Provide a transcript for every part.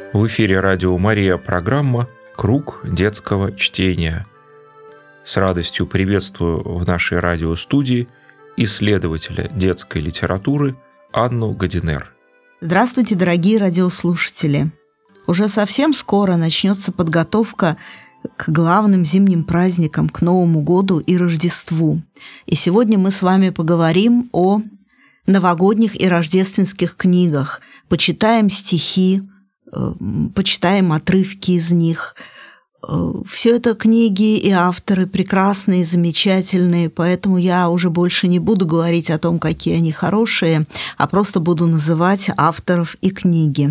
В эфире радио Мария, программа «Круг детского чтения». С радостью приветствую в нашей радиостудии исследователя детской литературы Анну Годинер. Здравствуйте, дорогие радиослушатели! Уже совсем скоро начнется подготовка к главным зимним праздникам, к Новому году и Рождеству. И сегодня мы с вами поговорим о новогодних и рождественских книгах, почитаем стихи, почитаем отрывки из них. Все это книги и авторы прекрасные, замечательные, поэтому я уже больше не буду говорить о том, какие они хорошие, а просто буду называть авторов и книги.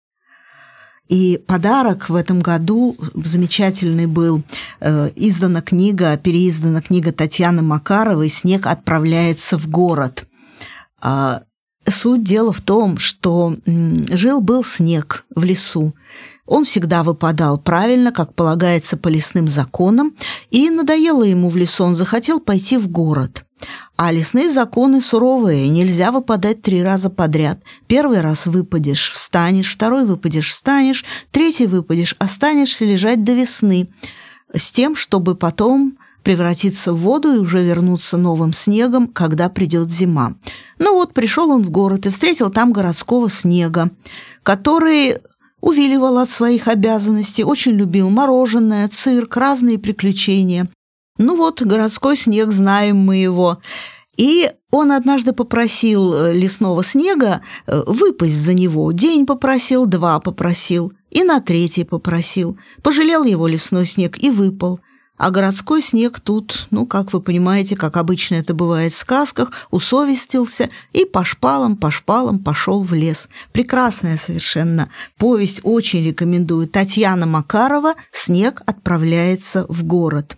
И подарок в этом году замечательный был. Переиздана книга Татьяны Макаровой «Снег отправляется в город». Суть дела в том, что жил-был снег в лесу. Он всегда выпадал правильно, как полагается по лесным законам, и надоело ему в лесу, он захотел пойти в город. А лесные законы суровые, нельзя выпадать 3 раза подряд. 1 раз выпадешь – встанешь, 2 выпадешь – встанешь, 3 выпадешь – останешься лежать до весны, с тем, чтобы потом превратиться в воду и уже вернуться новым снегом, когда придет зима. Ну вот, пришел он в город и встретил там городского снега, который увиливал от своих обязанностей, очень любил мороженое, цирк, разные приключения. Ну вот, городской снег, знаем мы его. И он однажды попросил лесного снега выпасть за него. День попросил, 2 попросил, и на 3 попросил. Пожалел его лесной снег и выпал. А городской снег тут, как вы понимаете, как обычно это бывает в сказках, усовестился и по шпалам пошел в лес. Прекрасная совершенно повесть, очень рекомендую. Татьяна Макарова «Снег отправляется в город».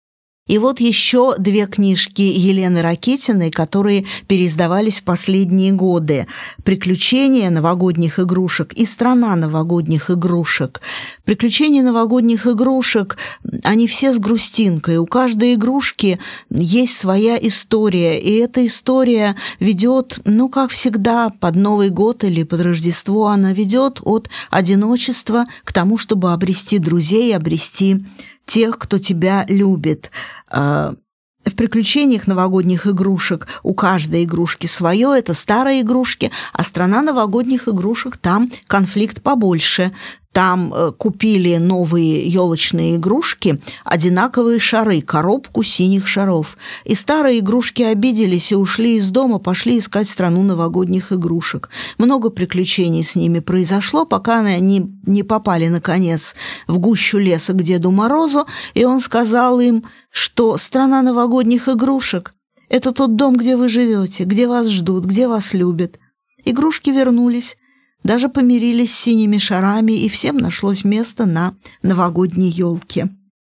И вот еще 2 книжки Елены Ракитиной, которые переиздавались в последние годы. «Приключения новогодних игрушек» и «Страна новогодних игрушек». «Приключения новогодних игрушек», они все с грустинкой. У каждой игрушки есть своя история, и эта история ведет, как всегда, под Новый год или под Рождество, она ведет от одиночества к тому, чтобы обрести друзей, обрести тех, кто тебя любит. В приключениях новогодних игрушек у каждой игрушки свое, это старые игрушки, а страна новогодних игрушек, там конфликт побольше. Там купили новые елочные игрушки, одинаковые шары, коробку синих шаров. И старые игрушки обиделись и ушли из дома, пошли искать страну новогодних игрушек. Много приключений с ними произошло, пока они не попали, наконец, в гущу леса к Деду Морозу, и он сказал им, что страна новогодних игрушек – это тот дом, где вы живете, где вас ждут, где вас любят. Игрушки вернулись. Даже помирились с синими шарами, и всем нашлось место на новогодней елке.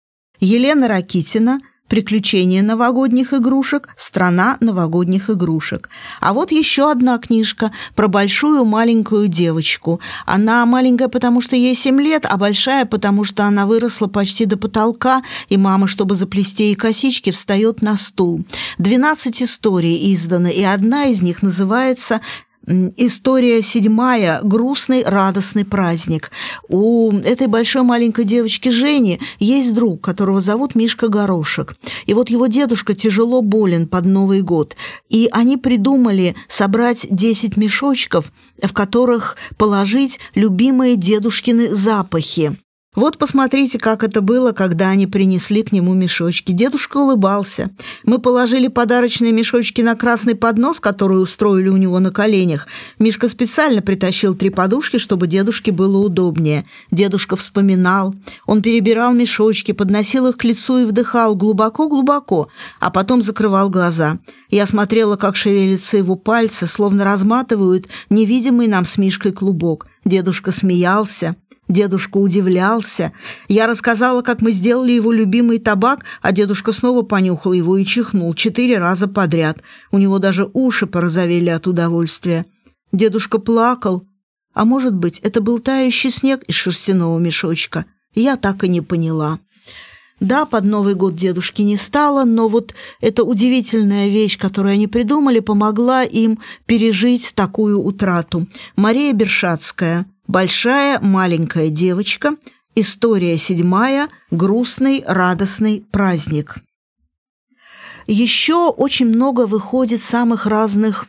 Елена Ракитина «Приключения новогодних игрушек. Страна новогодних игрушек». А вот еще одна книжка про большую маленькую девочку. Она маленькая, потому что ей 7 лет, а большая, потому что она выросла почти до потолка, и мама, чтобы заплести ей косички, встает на стул. 12 историй изданы, и одна из них называется «История 7. Грустный, радостный праздник». У этой большой маленькой девочки Жени есть друг, которого зовут Мишка Горошек. И вот его дедушка тяжело болен под Новый год. И они придумали собрать 10 мешочков, в которых положить любимые дедушкины запахи. Вот посмотрите, как это было, когда они принесли к нему мешочки. Дедушка улыбался. Мы положили подарочные мешочки на красный поднос, который устроили у него на коленях. Мишка специально притащил 3 подушки, чтобы дедушке было удобнее. Дедушка вспоминал. Он перебирал мешочки, подносил их к лицу и вдыхал глубоко-глубоко, а потом закрывал глаза. Я смотрела, как шевелятся его пальцы, словно разматывают невидимый нам с Мишкой клубок. Дедушка смеялся. Дедушка удивлялся. Я рассказала, как мы сделали его любимый табак, а дедушка снова понюхал его и чихнул 4 раза подряд. У него даже уши порозовели от удовольствия. Дедушка плакал. А может быть, это был тающий снег из шерстяного мешочка? Я так и не поняла. Да, под Новый год дедушки не стало, но вот эта удивительная вещь, которую они придумали, помогла им пережить такую утрату. Мария Бершацкая Большая маленькая девочка. История 7. Грустный, радостный праздник. Еще очень много выходит самых разных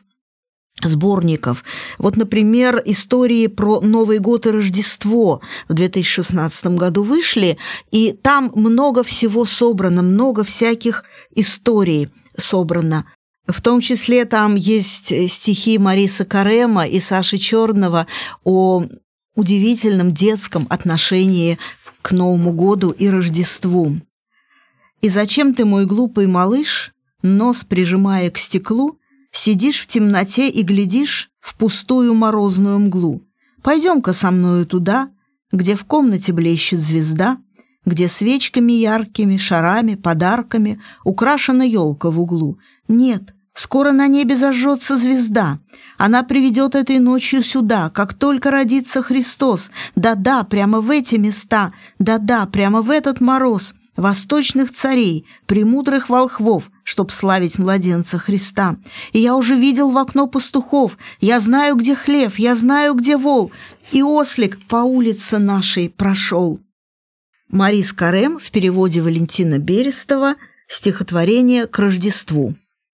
сборников. Вот, например, истории про Новый год и Рождество в 2016 году вышли, и там много всего собрано, много всяких историй собрано. В том числе там есть стихи Мариса Карема и Саши Черного о удивительном детском отношении к Новому году и Рождеству. «И зачем ты, мой глупый малыш, нос прижимая к стеклу, сидишь в темноте и глядишь в пустую морозную мглу? Пойдем-ка со мною туда, где в комнате блещет звезда, где свечками яркими, шарами, подарками украшена елка в углу. Нет, скоро на небе зажжется звезда. Она приведет этой ночью сюда, как только родится Христос. Да-да, прямо в эти места, да-да, прямо в этот мороз, восточных царей, премудрых волхвов, чтоб славить младенца Христа. И я уже видел в окно пастухов, я знаю, где хлев, я знаю, где вол, и ослик по улице нашей прошел». Марис Карем в переводе Валентина Берестова, стихотворение к Рождеству.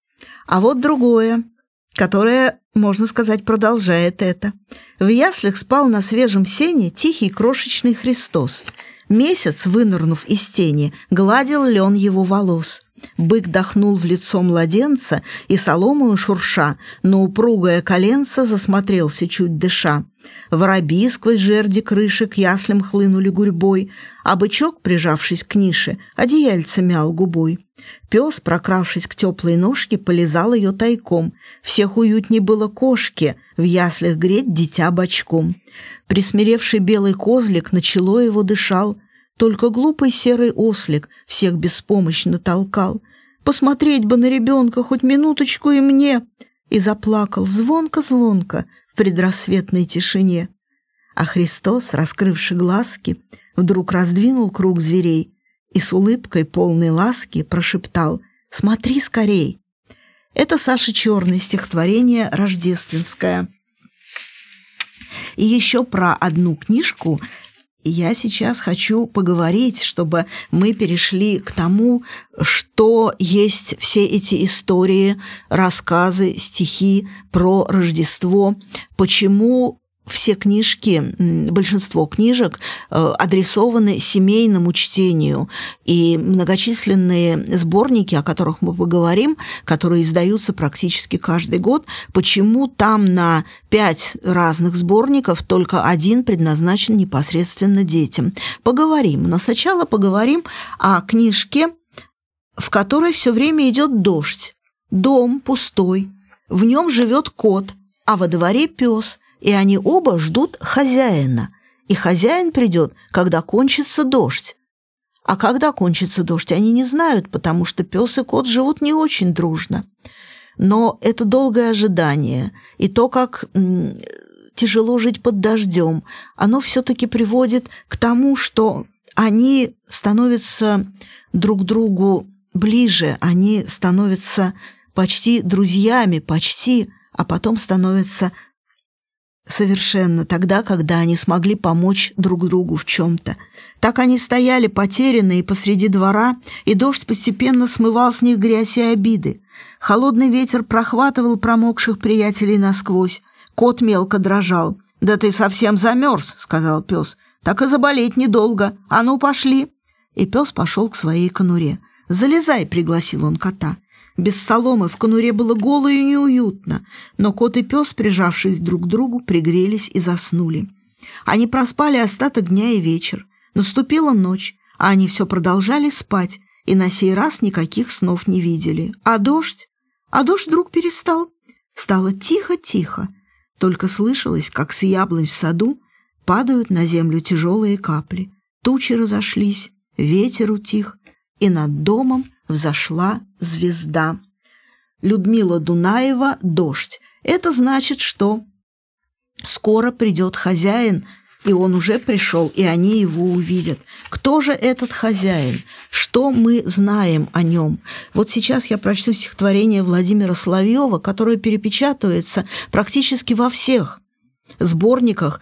А вот другое, которое, можно сказать, продолжает это. «В яслях спал на свежем сене тихий крошечный Христос. Месяц, вынырнув из тени, гладил лен его волос. Бык дохнул в лицо младенца, и соломою шурша, но упругое коленце засмотрелся чуть дыша. Воробьи сквозь жерди крыши к яслям хлынули гурьбой, а бычок, прижавшись к нише, одеяльце мял губой. Пес, прокравшись к теплой ножке, полизал ее тайком. Всех уютней было кошке в яслях греть дитя бочком. Присмиревший белый козлик на чело его дышал, только глупый серый ослик всех беспомощно толкал. «Посмотреть бы на ребенка хоть минуточку и мне!» И заплакал звонко-звонко в предрассветной тишине. А Христос, раскрывши глазки, вдруг раздвинул круг зверей и с улыбкой полной ласки прошептал: «Смотри скорей!» Это Саша Черный, стихотворение рождественское. И еще про одну книжку я сейчас хочу поговорить, чтобы мы перешли к тому, что есть все эти истории, рассказы, стихи про Рождество, почему все книжки, большинство книжек адресованы семейному чтению, и многочисленные сборники, о которых мы поговорим, которые издаются практически каждый год, почему там на 5 разных сборников только один предназначен непосредственно детям. Поговорим. Но сначала поговорим о книжке, в которой все время идет дождь. Дом пустой, в нем живет кот, а во дворе пес. И они оба ждут хозяина. И хозяин придет, когда кончится дождь. А когда кончится дождь, они не знают, потому что пес и кот живут не очень дружно. Но это долгое ожидание, и то, как тяжело жить под дождем, оно все-таки приводит к тому, что они становятся друг другу ближе, они становятся почти друзьями, а потом становятся совершенно тогда, когда они смогли помочь друг другу в чем-то. Так они стояли потерянные посреди двора, и дождь постепенно смывал с них грязь и обиды. Холодный ветер прохватывал промокших приятелей насквозь. Кот мелко дрожал. «Да ты совсем замерз», — сказал пес. «Так и заболеть недолго. А ну, пошли». И пес пошел к своей конуре. «Залезай», — пригласил он кота. Без соломы в конуре было голо и неуютно, но кот и пес, прижавшись друг к другу, пригрелись и заснули. Они проспали остаток дня и вечер. Наступила ночь, а они все продолжали спать, и на сей раз никаких снов не видели. А дождь вдруг перестал. Стало тихо-тихо, только слышалось, как с яблонь в саду падают на землю тяжелые капли. Тучи разошлись, ветер утих, и над домом взошла звезда. Людмила Дунаева «Дождь». Это значит, что скоро придет хозяин, и он уже пришел, и они его увидят. Кто же этот хозяин? Что мы знаем о нем? Вот сейчас я прочту стихотворение Владимира Соловьева, которое перепечатывается практически во всех сборниках,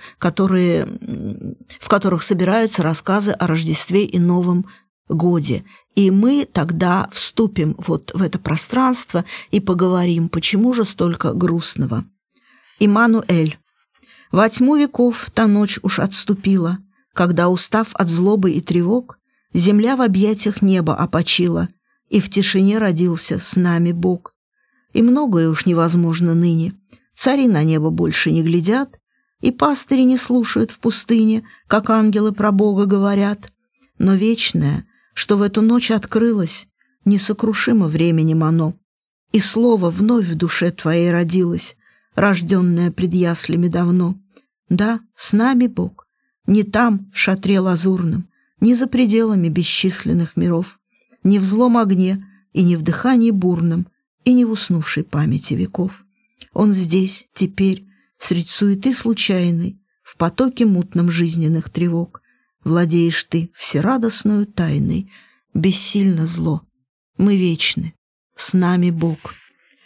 в которых собираются рассказы о Рождестве и Новом годе. И мы тогда вступим вот в это пространство и поговорим, почему же столько грустного. Иммануэль. Во тьму веков та ночь уж отступила, когда, устав от злобы и тревог, земля в объятиях неба опочила, и в тишине родился с нами Бог. И многое уж невозможно ныне. Цари на небо больше не глядят, и пастыри не слушают в пустыне, как ангелы про Бога говорят. Но вечное, что в эту ночь открылось, несокрушимо временем оно, и слово вновь в душе твоей родилось, рожденное пред яслями давно. Да, с нами Бог, не там, в шатре лазурном, не за пределами бесчисленных миров, не в злом огне и не в дыхании бурном, и не в уснувшей памяти веков. Он здесь, теперь, средь суеты случайной, в потоке мутном жизненных тревог, владеешь ты всерадостную тайной, бессильно зло. Мы вечны, с нами Бог.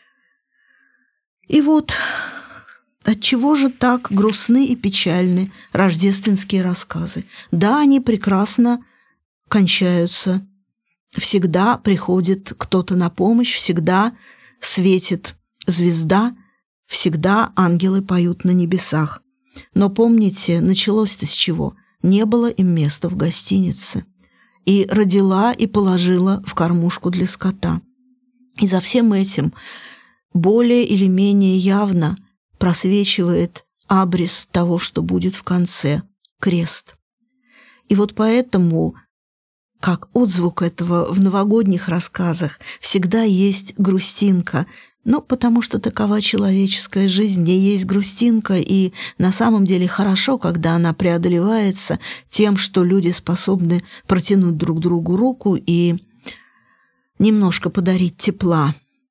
И вот отчего же так грустны и печальны рождественские рассказы? Да, они прекрасно кончаются. Всегда приходит кто-то на помощь, всегда светит звезда, всегда ангелы поют на небесах. Но помните, началось-то с чего? Не было им места в гостинице. И родила, и положила в кормушку для скота. И за всем этим более или менее явно просвечивает абрис того, что будет в конце – крест. И вот поэтому, как отзвук этого в новогодних рассказах, всегда есть грустинка, потому что такова человеческая жизнь, где есть грустинка, и на самом деле хорошо, когда она преодолевается тем, что люди способны протянуть друг другу руку и немножко подарить тепла.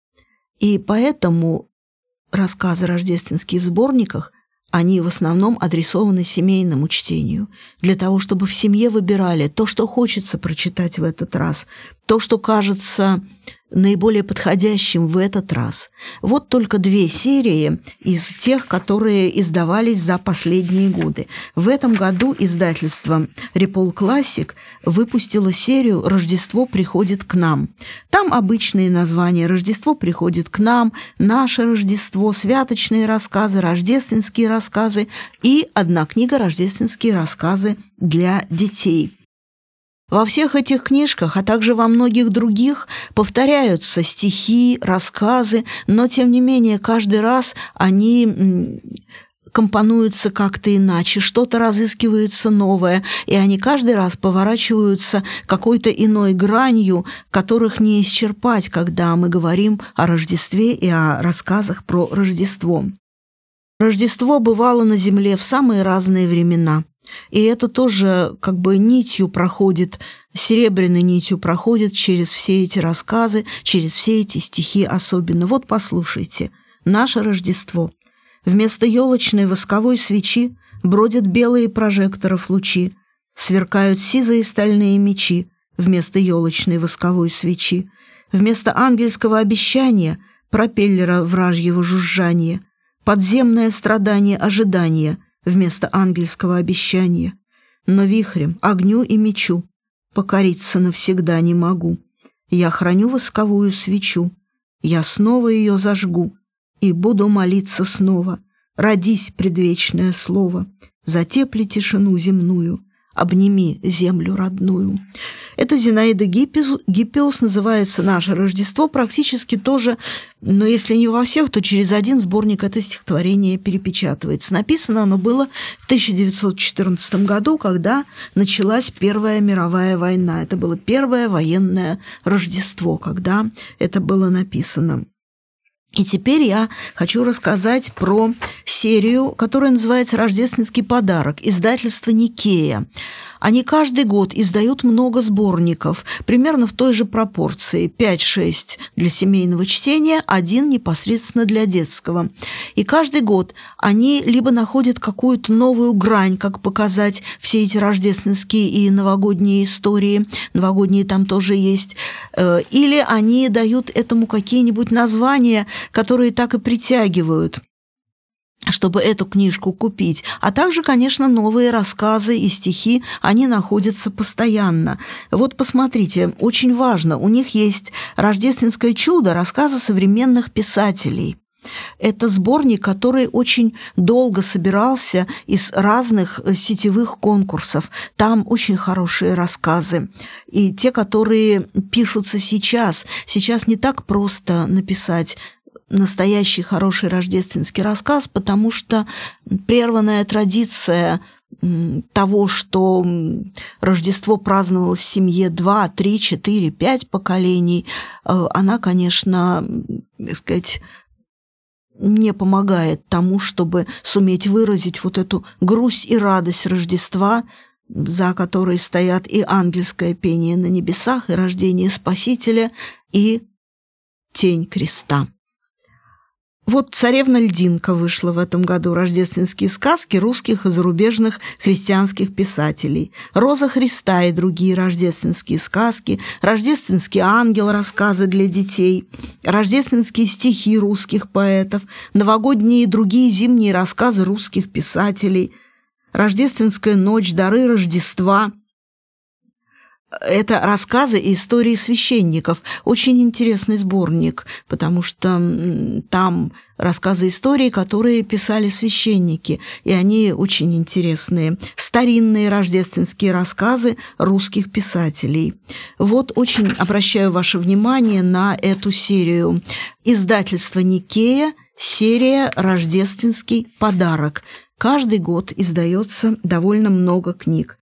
И поэтому рассказы рождественские в сборниках, они в основном адресованы семейному чтению, для того, чтобы в семье выбирали то, что хочется прочитать в этот раз, то, что кажется наиболее подходящим в этот раз. Вот только 2 серии из тех, которые издавались за последние годы. В этом году издательство Репол Классик выпустило серию «Рождество приходит к нам». Там обычные названия «Рождество приходит к нам», «Наше Рождество», «Святочные рассказы», «Рождественские рассказы» и одна книга «Рождественские рассказы для детей». Во всех этих книжках, а также во многих других, повторяются стихи, рассказы, но, тем не менее, каждый раз они компонуются как-то иначе, что-то разыскивается новое, и они каждый раз поворачиваются какой-то иной гранью, которых не исчерпать, когда мы говорим о Рождестве и о рассказах про Рождество. Рождество бывало на земле в самые разные времена. И это тоже как бы нитью проходит, серебряной нитью проходит через все эти рассказы, через все эти стихи особенно. Вот послушайте. Наше Рождество. Вместо елочной восковой свечи бродят белые прожекторов лучи, сверкают сизые стальные мечи вместо елочной восковой свечи, вместо ангельского обещания пропеллера вражьего жужжания, подземное страдание ожидания вместо ангельского обещания. Но вихрем, огню и мечу покориться навсегда не могу. Я храню восковую свечу, я снова ее зажгу и буду молиться снова. Родись, предвечное слово, затепли тишину земную, обними землю родную. Это Зинаида Гиппиус, называется «Наше Рождество», практически тоже, но если не во всех, то через один сборник это стихотворение перепечатывается. Написано оно было в 1914 году, когда началась Первая мировая война. Это было первое военное Рождество, когда это было написано. И теперь я хочу рассказать про серию, которая называется «Рождественский подарок», издательство «Никея». Они каждый год издают много сборников, примерно в той же пропорции, 5-6 для семейного чтения, 1 непосредственно для детского. И каждый год они либо находят какую-то новую грань, как показать все эти рождественские и новогодние истории, новогодние там тоже есть, или они дают этому какие-нибудь названия, которые так и притягивают. чтобы эту книжку купить. А также, конечно, новые рассказы и стихи, они находятся постоянно. Вот посмотрите, очень важно, у них есть «Рождественское чудо», рассказы современных писателей. Это сборник, который очень долго собирался из разных сетевых конкурсов. Там очень хорошие рассказы. И те, которые пишутся сейчас. Сейчас не так просто написать настоящий хороший рождественский рассказ, потому что прерванная традиция того, что Рождество праздновалось в семье 2, 3, 4, 5 поколений, она, конечно, так сказать, не помогает тому, чтобы суметь выразить вот эту грусть и радость Рождества, за которой стоят и ангельское пение на небесах, и рождение Спасителя, и тень креста. Вот «Царевна Льдинка» вышла в этом году, рождественские сказки русских и зарубежных христианских писателей, «Роза Христа» и другие рождественские сказки, «Рождественский ангел» рассказы для детей, рождественские стихи русских поэтов, новогодние и другие зимние рассказы русских писателей, «Рождественская ночь», «Дары Рождества». Это рассказы и истории священников. Очень интересный сборник, потому что там рассказы и истории, которые писали священники, и они очень интересные. Старинные рождественские рассказы русских писателей. Вот очень обращаю ваше внимание на эту серию. Издательство «Никея», серия «Рождественский подарок». Каждый год издается довольно много книг.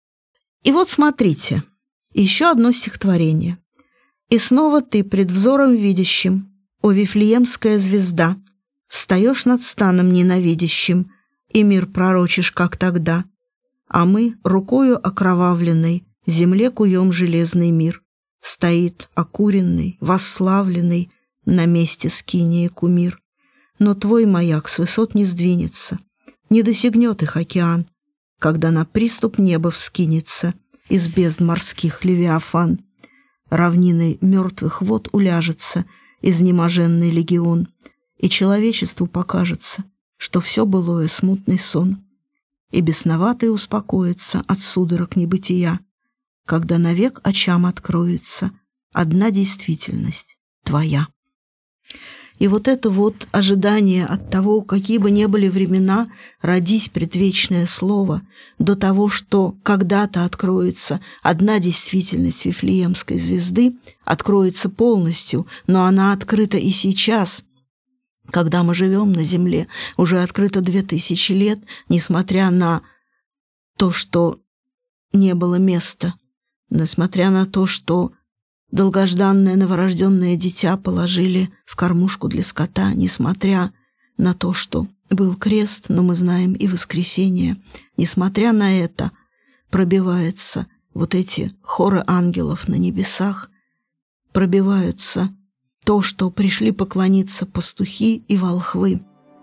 И вот смотрите, еще одно стихотворение. «И снова ты пред взором видящим, о Вифлеемская звезда, встаешь над станом ненавидящим, и мир пророчишь, как тогда. А мы, рукою окровавленной, земле куем железный мир. Стоит окуренный, восславленный, на месте скинии кумир. Но твой маяк с высот не сдвинется, не досягнет их океан, когда на приступ неба вскинется из бездн морских левиафан. Равниной мертвых вод уляжется изнеможенный легион, и человечеству покажется, что все былое смутный сон, и бесноватый успокоится от судорог небытия, когда навек очам откроется одна действительность твоя». И вот это вот ожидание от того, какие бы ни были времена, родись предвечное слово, до того, что когда-то откроется одна действительность Вифлеемской звезды, откроется полностью, но она открыта и сейчас, когда мы живем на земле, уже открыта 2000 лет, несмотря на то, что не было места, несмотря на то, что долгожданное новорожденное дитя положили в кормушку для скота, несмотря на то, что был крест, но мы знаем и воскресение. Несмотря на это, пробиваются вот эти хоры ангелов на небесах, пробиваются то, что пришли поклониться пастухи и волхвы.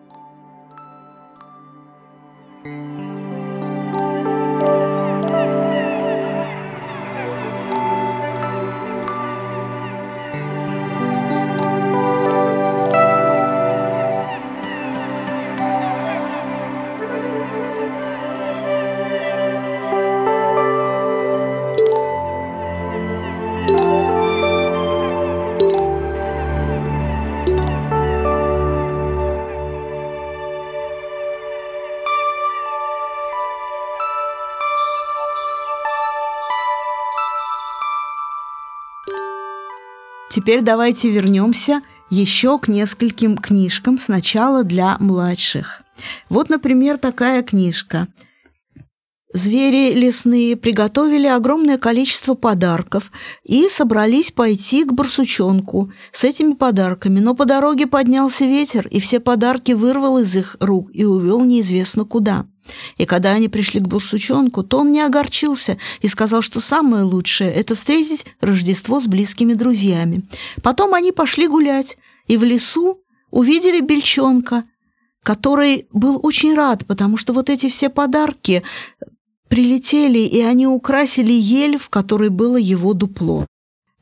Теперь давайте вернемся еще к нескольким книжкам, сначала для младших. Вот, например, такая книжка. Звери лесные приготовили огромное количество подарков и собрались пойти к барсучонку с этими подарками. Но по дороге поднялся ветер, и все подарки вырвал из их рук и увел неизвестно куда. И когда они пришли к барсучонку, то он не огорчился и сказал, что самое лучшее – это встретить Рождество с близкими друзьями. Потом они пошли гулять, и в лесу увидели бельчонка, который был очень рад, потому что вот эти все подарки прилетели, и они украсили ель, в которой было его дупло.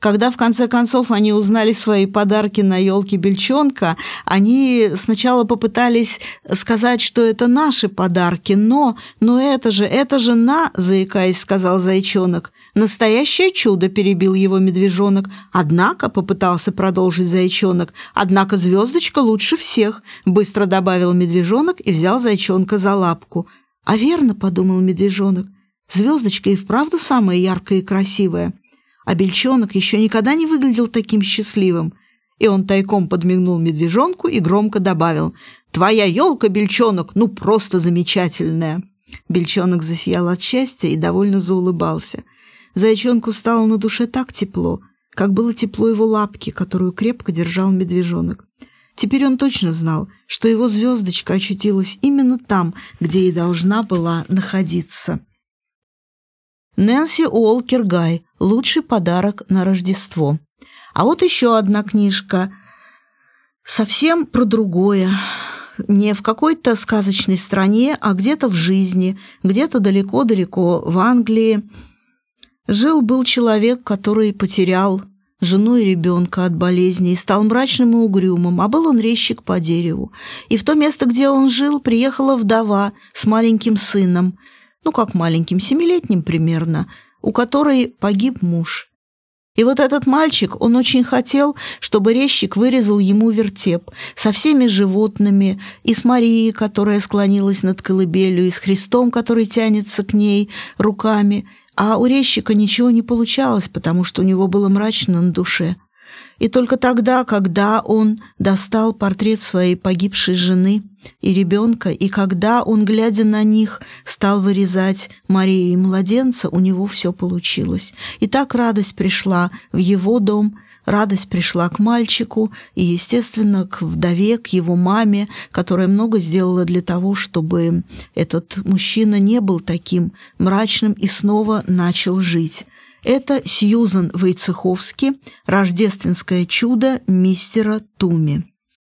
Когда в конце концов они узнали свои подарки на елке бельчонка, они сначала попытались сказать, что это наши подарки, но это же заикаясь, сказал зайчонок. «Настоящее чудо», – перебил его медвежонок. «Однако», – попытался продолжить зайчонок, «однако звездочка лучше всех», – быстро добавил медвежонок и взял зайчонка за лапку. «А верно», – подумал медвежонок, – «звездочка и вправду самая яркая и красивая». А бельчонок еще никогда не выглядел таким счастливым. И он тайком подмигнул медвежонку и громко добавил: «Твоя елка, бельчонок, ну просто замечательная!» Бельчонок засиял от счастья и довольно заулыбался. Зайчонку стало на душе так тепло, как было тепло его лапки, которую крепко держал медвежонок. Теперь он точно знал, что его звездочка очутилась именно там, где и должна была находиться. Нэнси Уолкер Гай. Лучший подарок на Рождество. А вот еще одна книжка. Совсем про другое. Не в какой-то сказочной стране, а где-то в жизни, где-то далеко-далеко в Англии. Жил-был человек, который потерял жену и ребенка от болезни и стал мрачным и угрюмым, а был он резчик по дереву. И в то место, где он жил, приехала вдова с маленьким сыном, как маленьким, 7-летним примерно, у которой погиб муж. И вот этот мальчик, он очень хотел, чтобы резчик вырезал ему вертеп со всеми животными, и с Марией, которая склонилась над колыбелью, и с Христом, который тянется к ней руками. А у резчика ничего не получалось, потому что у него было мрачно на душе. И только тогда, когда он достал портрет своей погибшей жены и ребенка, и когда он, глядя на них, стал вырезать Марию и младенца, у него все получилось. И так радость пришла в его дом, радость пришла к мальчику и, естественно, к вдове, к его маме, которая много сделала для того, чтобы этот мужчина не был таким мрачным и снова начал жить. Это Сьюзан Войцеховски «Рождественское чудо мистера Туми».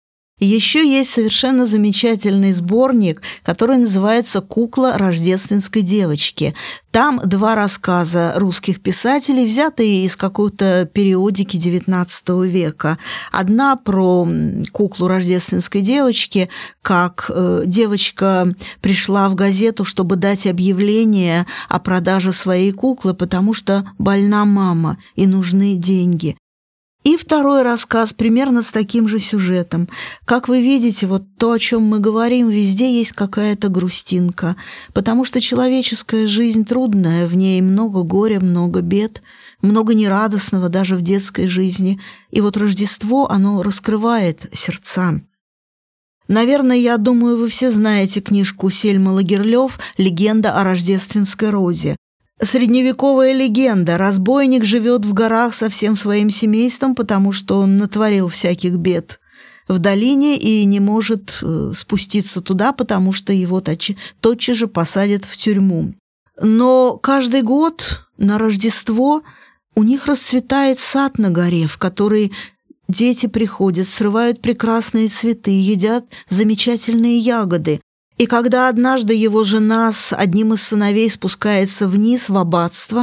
Еще есть совершенно замечательный сборник, который называется «Кукла рождественской девочки». Там 2 рассказа русских писателей, взятые из какой-то периодики XIX века. Одна про куклу рождественской девочки, как девочка пришла в газету, чтобы дать объявление о продаже своей куклы, потому что больна мама и нужны деньги. И второй рассказ примерно с таким же сюжетом. Как вы видите, вот то, о чем мы говорим, везде есть какая-то грустинка, потому что человеческая жизнь трудная, в ней много горя, много бед, много нерадостного даже в детской жизни. И вот Рождество, оно раскрывает сердца. Наверное, я думаю, вы все знаете книжку Сельмы Лагерлёв «Легенда о рождественской розе». Средневековая легенда. Разбойник живет в горах со всем своим семейством, потому что он натворил всяких бед в долине и не может спуститься туда, потому что его тотчас же посадят в тюрьму. Но каждый год на Рождество у них расцветает сад на горе, в который дети приходят, срывают прекрасные цветы, едят замечательные ягоды. И когда однажды его жена с одним из сыновей спускается вниз в аббатство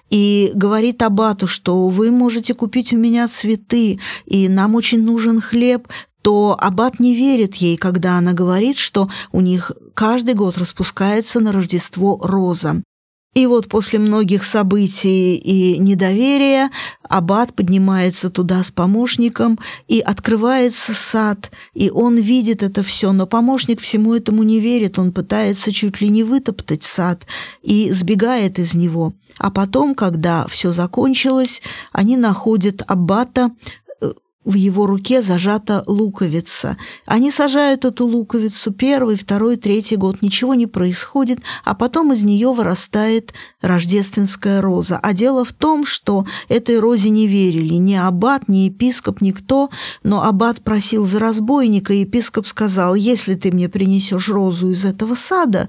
и говорит аббату, что вы можете купить у меня цветы, и нам очень нужен хлеб, то аббат не верит ей, когда она говорит, что у них каждый год распускается на Рождество роза. И вот после многих событий и недоверия аббат поднимается туда с помощником, и открывается сад, и он видит это все, но помощник всему этому не верит, он пытается чуть ли не вытоптать сад и сбегает из него. А потом, когда все закончилось, они находят аббата, в его руке зажата луковица. Они сажают эту луковицу 1-й, 2-й, 3-й год, ничего не происходит, а потом из нее вырастает рождественская роза. А дело в том, что этой розе не верили ни аббат, ни епископ, никто, но аббат просил за разбойника, и епископ сказал: «Если ты мне принесешь розу из этого сада,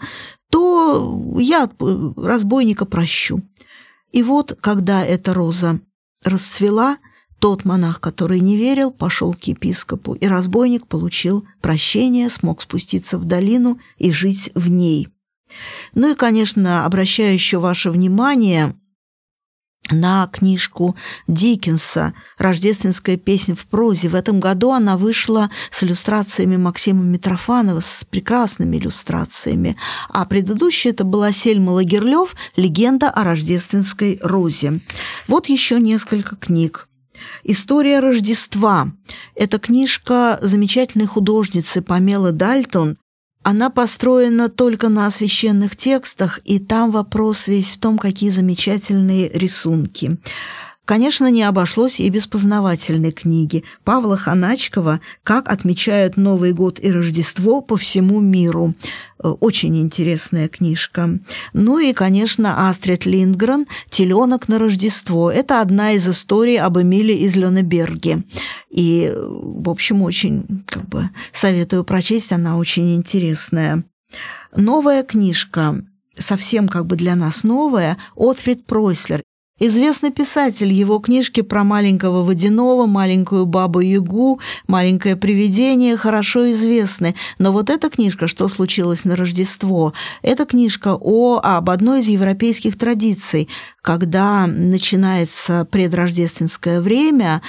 то я разбойника прощу». И вот, когда эта роза расцвела, тот монах, который не верил, пошел к епископу, и разбойник получил прощение, смог спуститься в долину и жить в ней. Ну и, конечно, обращаю еще ваше внимание на книжку Диккенса «Рождественская песнь в прозе». В этом году она вышла с иллюстрациями Максима Митрофанова, с прекрасными иллюстрациями. А предыдущая это была Сельма Лагерлёв «Легенда о рождественской розе». Вот еще несколько книг. «История Рождества». Это книжка замечательной художницы Памелы Дальтон. Она построена только на священных текстах, и там вопрос весь в том, какие замечательные рисунки. Конечно, не обошлось и без познавательной книги Павла Ханачкова «Как отмечают Новый год и Рождество по всему миру». Очень интересная книжка. Ну и, конечно, Астрид Линдгрен «Теленок на Рождество». Это одна из историй об Эмиле из Лённеберге. И, в общем, очень советую прочесть, она очень интересная. Новая книжка, совсем для нас новая, Отфрид Пройслер. Известный писатель, его книжки про маленького водяного, маленькую бабу-ягу, маленькое привидение хорошо известны. Но вот эта книжка «Что случилось на Рождество?» это книжка об одной из европейских традиций, когда начинается предрождественское время,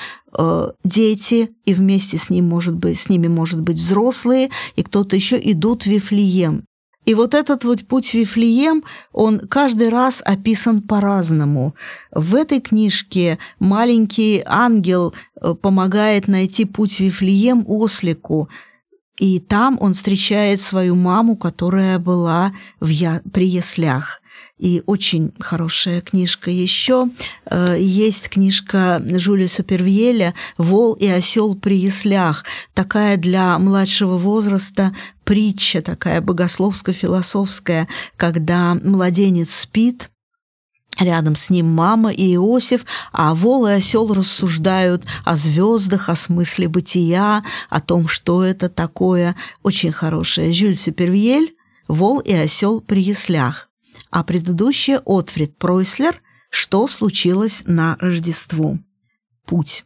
дети, и вместе с ними, может быть, взрослые, и кто-то еще идут в Вифлеем. И вот этот путь в Вифлеем, он каждый раз описан по-разному. В этой книжке маленький ангел помогает найти путь в Вифлеем ослику, и там он встречает свою маму, которая была при яслях. И очень хорошая книжка. Еще есть книжка Жюля Супервьеля «Вол и осел при яслях». Такая для младшего возраста притча, такая богословско-философская, когда младенец спит, рядом с ним мама и Иосиф, а вол и осел рассуждают о звездах, о смысле бытия, о том, что это такое. Очень хорошая. Жюль Супервьель «Вол и осел при яслях». А предыдущая Отфрид Пройслер «Что случилось на Рождество?» Путь.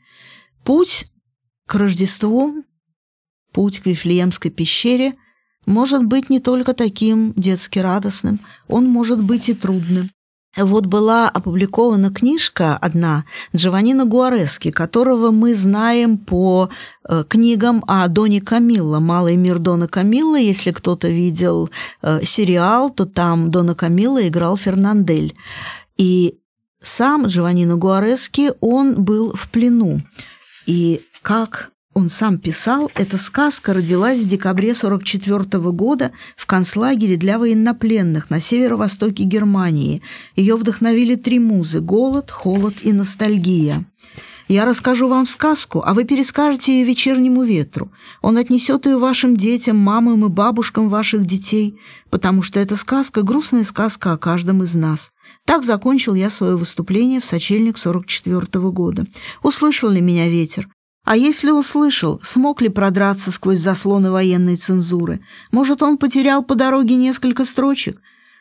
Путь к Рождеству, путь к Вифлеемской пещере может быть не только таким детски радостным, он может быть и трудным. Вот была опубликована книжка одна Джованнино Гуарески, которого мы знаем по книгам о Доне Камилло «Малый мир Дона Камилло». Если кто-то видел сериал, то там Дона Камилло играл Фернандель. И сам Джованнино Гуарески, он был в плену. И как он сам писал, эта сказка родилась в декабре 1944 года в концлагере для военнопленных на северо-востоке Германии. Ее вдохновили 3 музы – голод, холод и ностальгия. Я расскажу вам сказку, а вы перескажете ее вечернему ветру. Он отнесет ее вашим детям, мамам и бабушкам ваших детей, потому что эта сказка – грустная сказка о каждом из нас. Так закончил я свое выступление в сочельник 1944 года. Услышал ли меня ветер? А если услышал, смог ли продраться сквозь заслоны военной цензуры? Может, он потерял по дороге несколько строчек?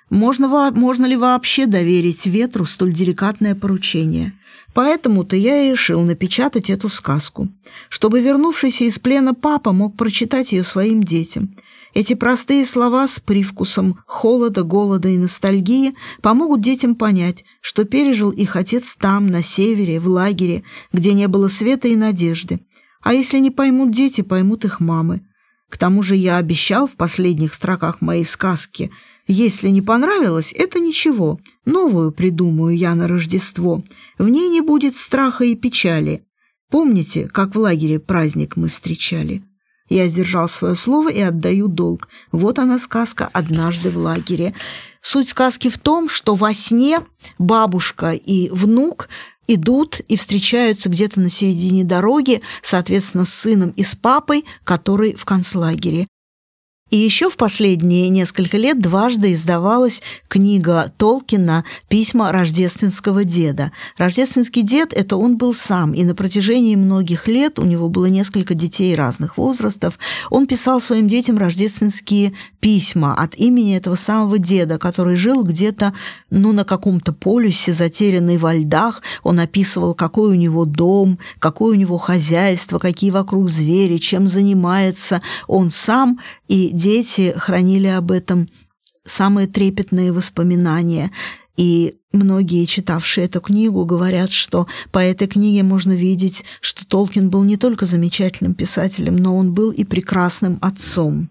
Можно ли вообще доверить ветру столь деликатное поручение? Поэтому-то я и решил напечатать эту сказку, чтобы вернувшийся из плена папа мог прочитать ее своим детям. Эти простые слова с привкусом холода, голода и ностальгии помогут детям понять, что пережил их отец там, на севере, в лагере, где не было света и надежды. А если не поймут дети, поймут их мамы. К тому же я обещал в последних строках моей сказки: если не понравилось, это ничего, новую придумаю я на Рождество. В ней не будет страха и печали. Помните, как в лагере праздник мы встречали? Я сдержал свое слово и отдаю долг. Вот она, сказка «Однажды в лагере». Суть сказки в том, что во сне бабушка и внук идут и встречаются где-то на середине дороги, соответственно, с сыном и с папой, который в концлагере. И еще в последние несколько лет дважды издавалась книга Толкина «Письма рождественского деда». Рождественский дед – это он был сам, и на протяжении многих лет, у него было несколько детей разных возрастов, он писал своим детям рождественские письма от имени этого самого деда, который жил где-то, на каком-то полюсе, затерянный во льдах. Он описывал, какой у него дом, какое у него хозяйство, какие вокруг звери, чем занимается он сам, и дети хранили об этом самые трепетные воспоминания. И многие, читавшие эту книгу, говорят, что по этой книге можно видеть, что Толкин был не только замечательным писателем, но он был и прекрасным отцом.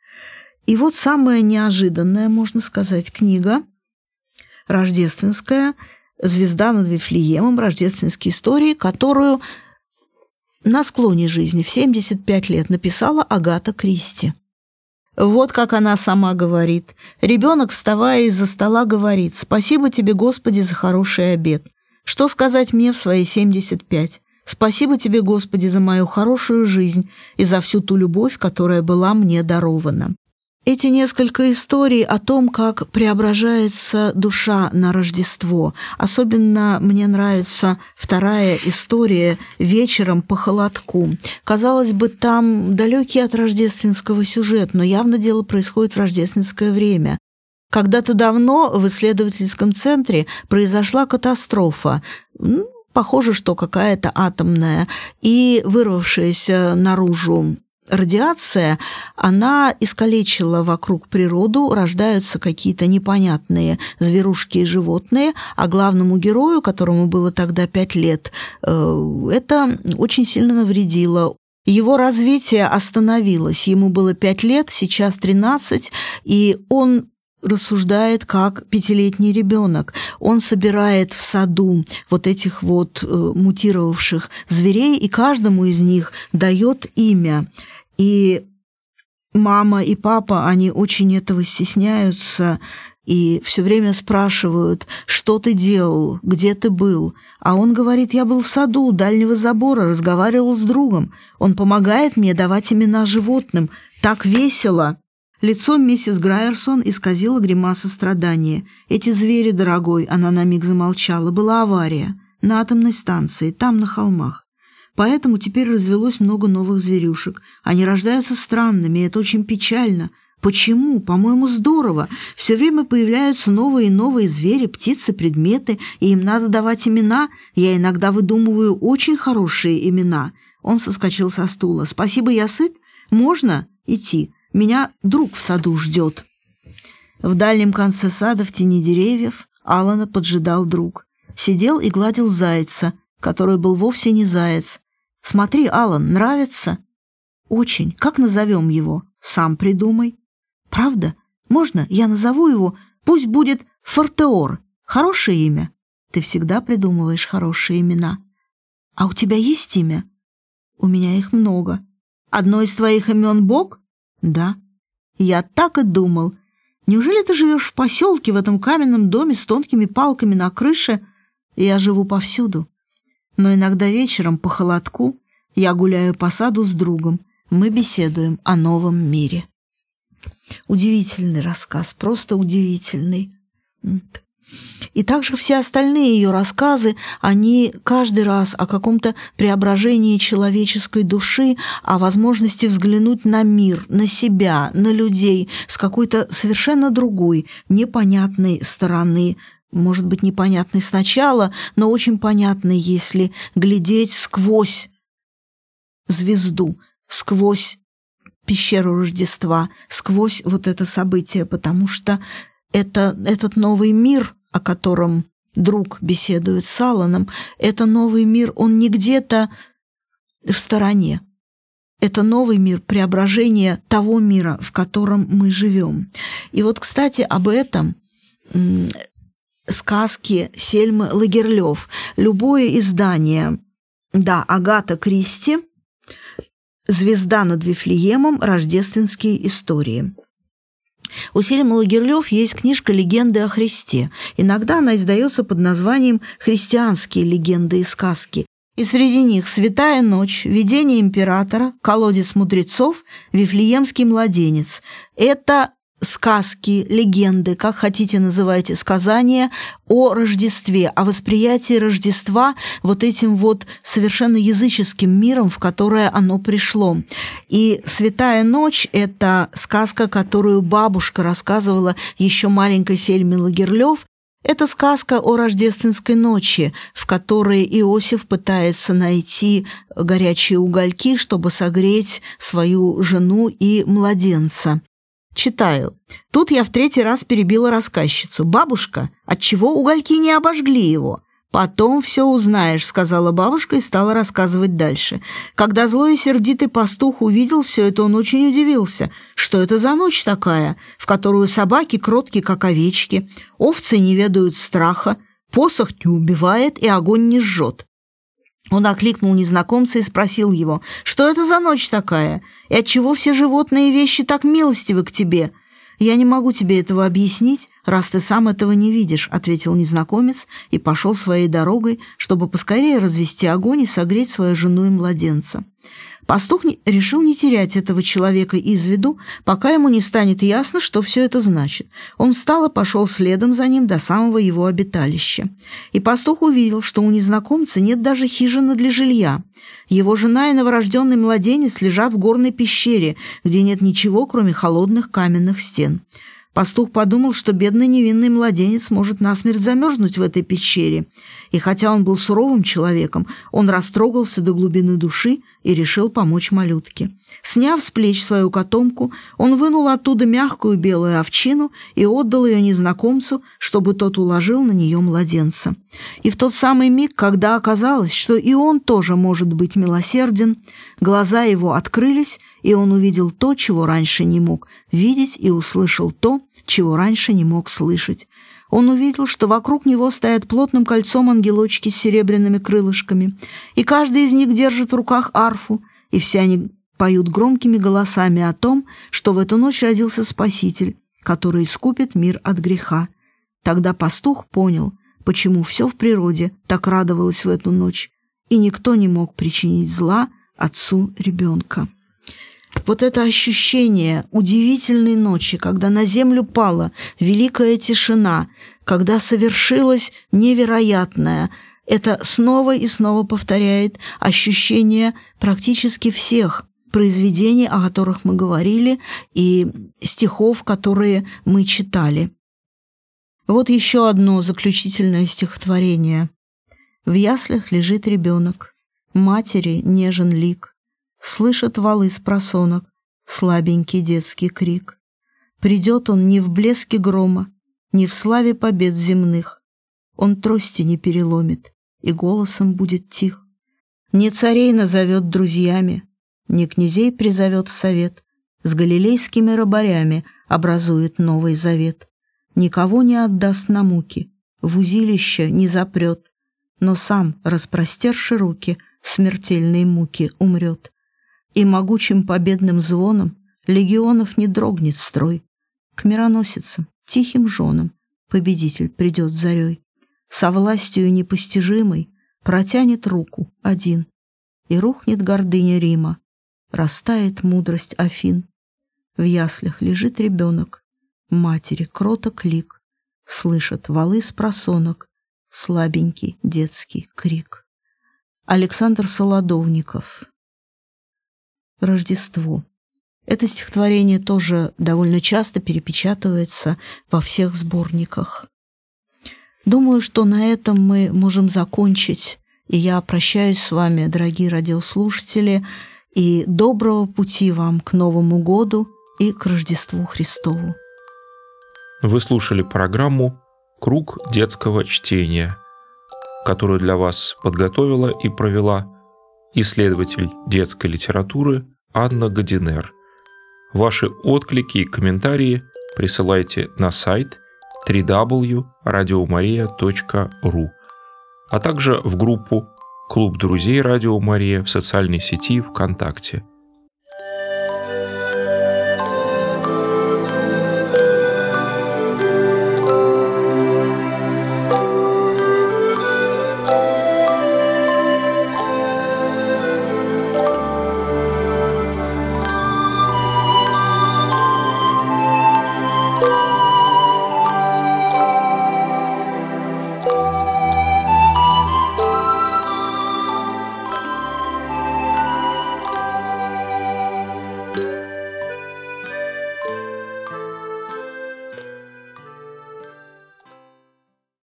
И вот самая неожиданная, можно сказать, книга рождественская «Звезда над Вифлеемом», рождественские истории, которую на склоне жизни в 75 лет написала Агата Кристи. Вот как она сама говорит. Ребенок, вставая из-за стола, говорит: «Спасибо тебе, Господи, за хороший обед. Что сказать мне в свои 75? Спасибо тебе, Господи, за мою хорошую жизнь и за всю ту любовь, которая была мне дарована». Эти несколько историй о том, как преображается душа на Рождество. Особенно мне нравится вторая история «Вечером по холодку». Казалось бы, там далекий от рождественского сюжет, но явно дело происходит в рождественское время. Когда-то давно в исследовательском центре произошла катастрофа. Похоже, что какая-то атомная, и вырвавшаяся наружу радиация, она искалечила вокруг природу, рождаются какие-то непонятные зверушки и животные, а главному герою, которому было тогда 5 лет, это очень сильно навредило. Его развитие остановилось, ему было 5 лет, сейчас 13, и он рассуждает как 5-летний ребенок. Он собирает в саду вот этих вот мутировавших зверей, и каждому из них дает имя. И мама и папа, они очень этого стесняются и все время спрашивают: что ты делал, где ты был? А он говорит: я был в саду у дальнего забора, разговаривал с другом. Он помогает мне давать имена животным. Так весело. Лицо миссис Грайерсон исказило гримаса страдания. «Эти звери, дорогой», — она на миг замолчала, — «была авария на атомной станции, там, на холмах. Поэтому теперь развелось много новых зверюшек. Они рождаются странными, и это очень печально. Почему? По-моему, здорово. Все время появляются новые и новые звери, птицы, предметы, и им надо давать имена. Я иногда выдумываю очень хорошие имена». Он соскочил со стула. «Спасибо, я сыт? Можно идти? Меня друг в саду ждет». В дальнем конце сада, в тени деревьев, Алана поджидал друг. Сидел и гладил зайца, который был вовсе не заяц. «Смотри, Алан, нравится?» «Очень. Как назовем его?» «Сам придумай». «Правда? Можно я назову его? Пусть будет Фортеор. Хорошее имя?» «Ты всегда придумываешь хорошие имена». «А у тебя есть имя?» «У меня их много». «Одно из твоих имен Бог?» «Да». «Я так и думал. Неужели ты живешь в поселке, в этом каменном доме с тонкими палками на крыше?» «Я живу повсюду. Но иногда вечером по холодку я гуляю по саду с другом. Мы беседуем о новом мире». Удивительный рассказ, просто удивительный. И также все остальные ее рассказы, они каждый раз о каком-то преображении человеческой души, о возможности взглянуть на мир, на себя, на людей с какой-то совершенно другой, непонятной стороны. Может быть, непонятной сначала, но очень понятной, если глядеть сквозь звезду, сквозь пещеру Рождества, сквозь вот это событие, потому что этот новый мир, о котором друг беседует с Аланом, это новый мир, он не где-то в стороне. Это новый мир, преображение того мира, в котором мы живем. И вот, кстати, об этом сказки Сельмы Лагерлёв. Любое издание, да, Агата Кристи, «Звезда над Вифлеемом. Рождественские истории». У Сельмы Лагерлёв есть книжка «Легенды о Христе». Иногда она издается под названием «Христианские легенды и сказки». И среди них «Святая ночь», «Видение императора», «Колодец мудрецов», «Вифлеемский младенец». Это сказки, легенды, как хотите называйте, сказания о Рождестве, о восприятии Рождества вот этим вот совершенно языческим миром, в которое оно пришло. И «Святая ночь» – это сказка, которую бабушка рассказывала еще маленькой Сельме Лагерлёв. Это сказка о рождественской ночи, в которой Иосиф пытается найти горячие угольки, чтобы согреть свою жену и младенца. Читаю. Тут я в 3-й раз перебила рассказчицу. «Бабушка, отчего угольки не обожгли его?» «Потом все узнаешь», — сказала бабушка и стала рассказывать дальше. Когда злой и сердитый пастух увидел все это, он очень удивился. Что это за ночь такая, в которую собаки кроткие, как овечки, овцы не ведают страха, посох не убивает и огонь не жжет? Он окликнул незнакомца и спросил его, что это за ночь такая, и отчего все животные и вещи так милостивы к тебе? «Я не могу тебе этого объяснить, раз ты сам этого не видишь», — ответил незнакомец и пошел своей дорогой, чтобы поскорее развести огонь и согреть свою жену и младенца. Пастух решил не терять этого человека из виду, пока ему не станет ясно, что все это значит. Он встал и пошел следом за ним до самого его обиталища. И пастух увидел, что у незнакомца нет даже хижины для жилья. Его жена и новорожденный младенец лежат в горной пещере, где нет ничего, кроме холодных каменных стен. Пастух подумал, что бедный невинный младенец может насмерть замерзнуть в этой пещере. И хотя он был суровым человеком, он растрогался до глубины души и решил помочь малютке. Сняв с плеч свою котомку, он вынул оттуда мягкую белую овчину и отдал ее незнакомцу, чтобы тот уложил на нее младенца. И в тот самый миг, когда оказалось, что и он тоже может быть милосерден, глаза его открылись, и он увидел то, чего раньше не мог видеть, и услышал то, чего раньше не мог слышать. Он увидел, что вокруг него стоят плотным кольцом ангелочки с серебряными крылышками, и каждый из них держит в руках арфу, и все они поют громкими голосами о том, что в эту ночь родился Спаситель, который искупит мир от греха. Тогда пастух понял, почему все в природе так радовалось в эту ночь, и никто не мог причинить зла отцу ребенка. Вот это ощущение удивительной ночи, когда на землю пала великая тишина, когда совершилось невероятное, это снова и снова повторяет ощущение практически всех произведений, о которых мы говорили, и стихов, которые мы читали. Вот еще одно заключительное стихотворение. «В яслях лежит ребенок, матери нежен лик, слышат валы с просонок слабенький детский крик. Придет он не в блеске грома, не в славе побед земных, он трости не переломит и голосом будет тих. Не царей назовет друзьями, не князей призовет в совет, с галилейскими рабарями образует новый завет. Никого не отдаст на муки, в узилище не запрет, но сам, распростерши руки, в смертельной муке умрет. И могучим победным звоном легионов не дрогнет строй. К мироносицам, тихим женам, победитель придет зарей. Со властью непостижимой протянет руку один, и рухнет гордыня Рима, растает мудрость Афин. В яслях лежит ребенок, матери кроток лик, слышат валы с просонок слабенький детский крик. Александр Солодовников. «Рождество». Это стихотворение тоже довольно часто перепечатывается во всех сборниках. Думаю, что на этом мы можем закончить, и я прощаюсь с вами, дорогие радиослушатели, и доброго пути вам к Новому году и к Рождеству Христову. Вы слушали программу «Круг детского чтения», которую для вас подготовила и провела исследователь детской литературы Анна Годинер. Ваши отклики и комментарии присылайте на сайт www.radiomaria.ru, а также в группу «Клуб друзей Радио Мария» в социальной сети ВКонтакте.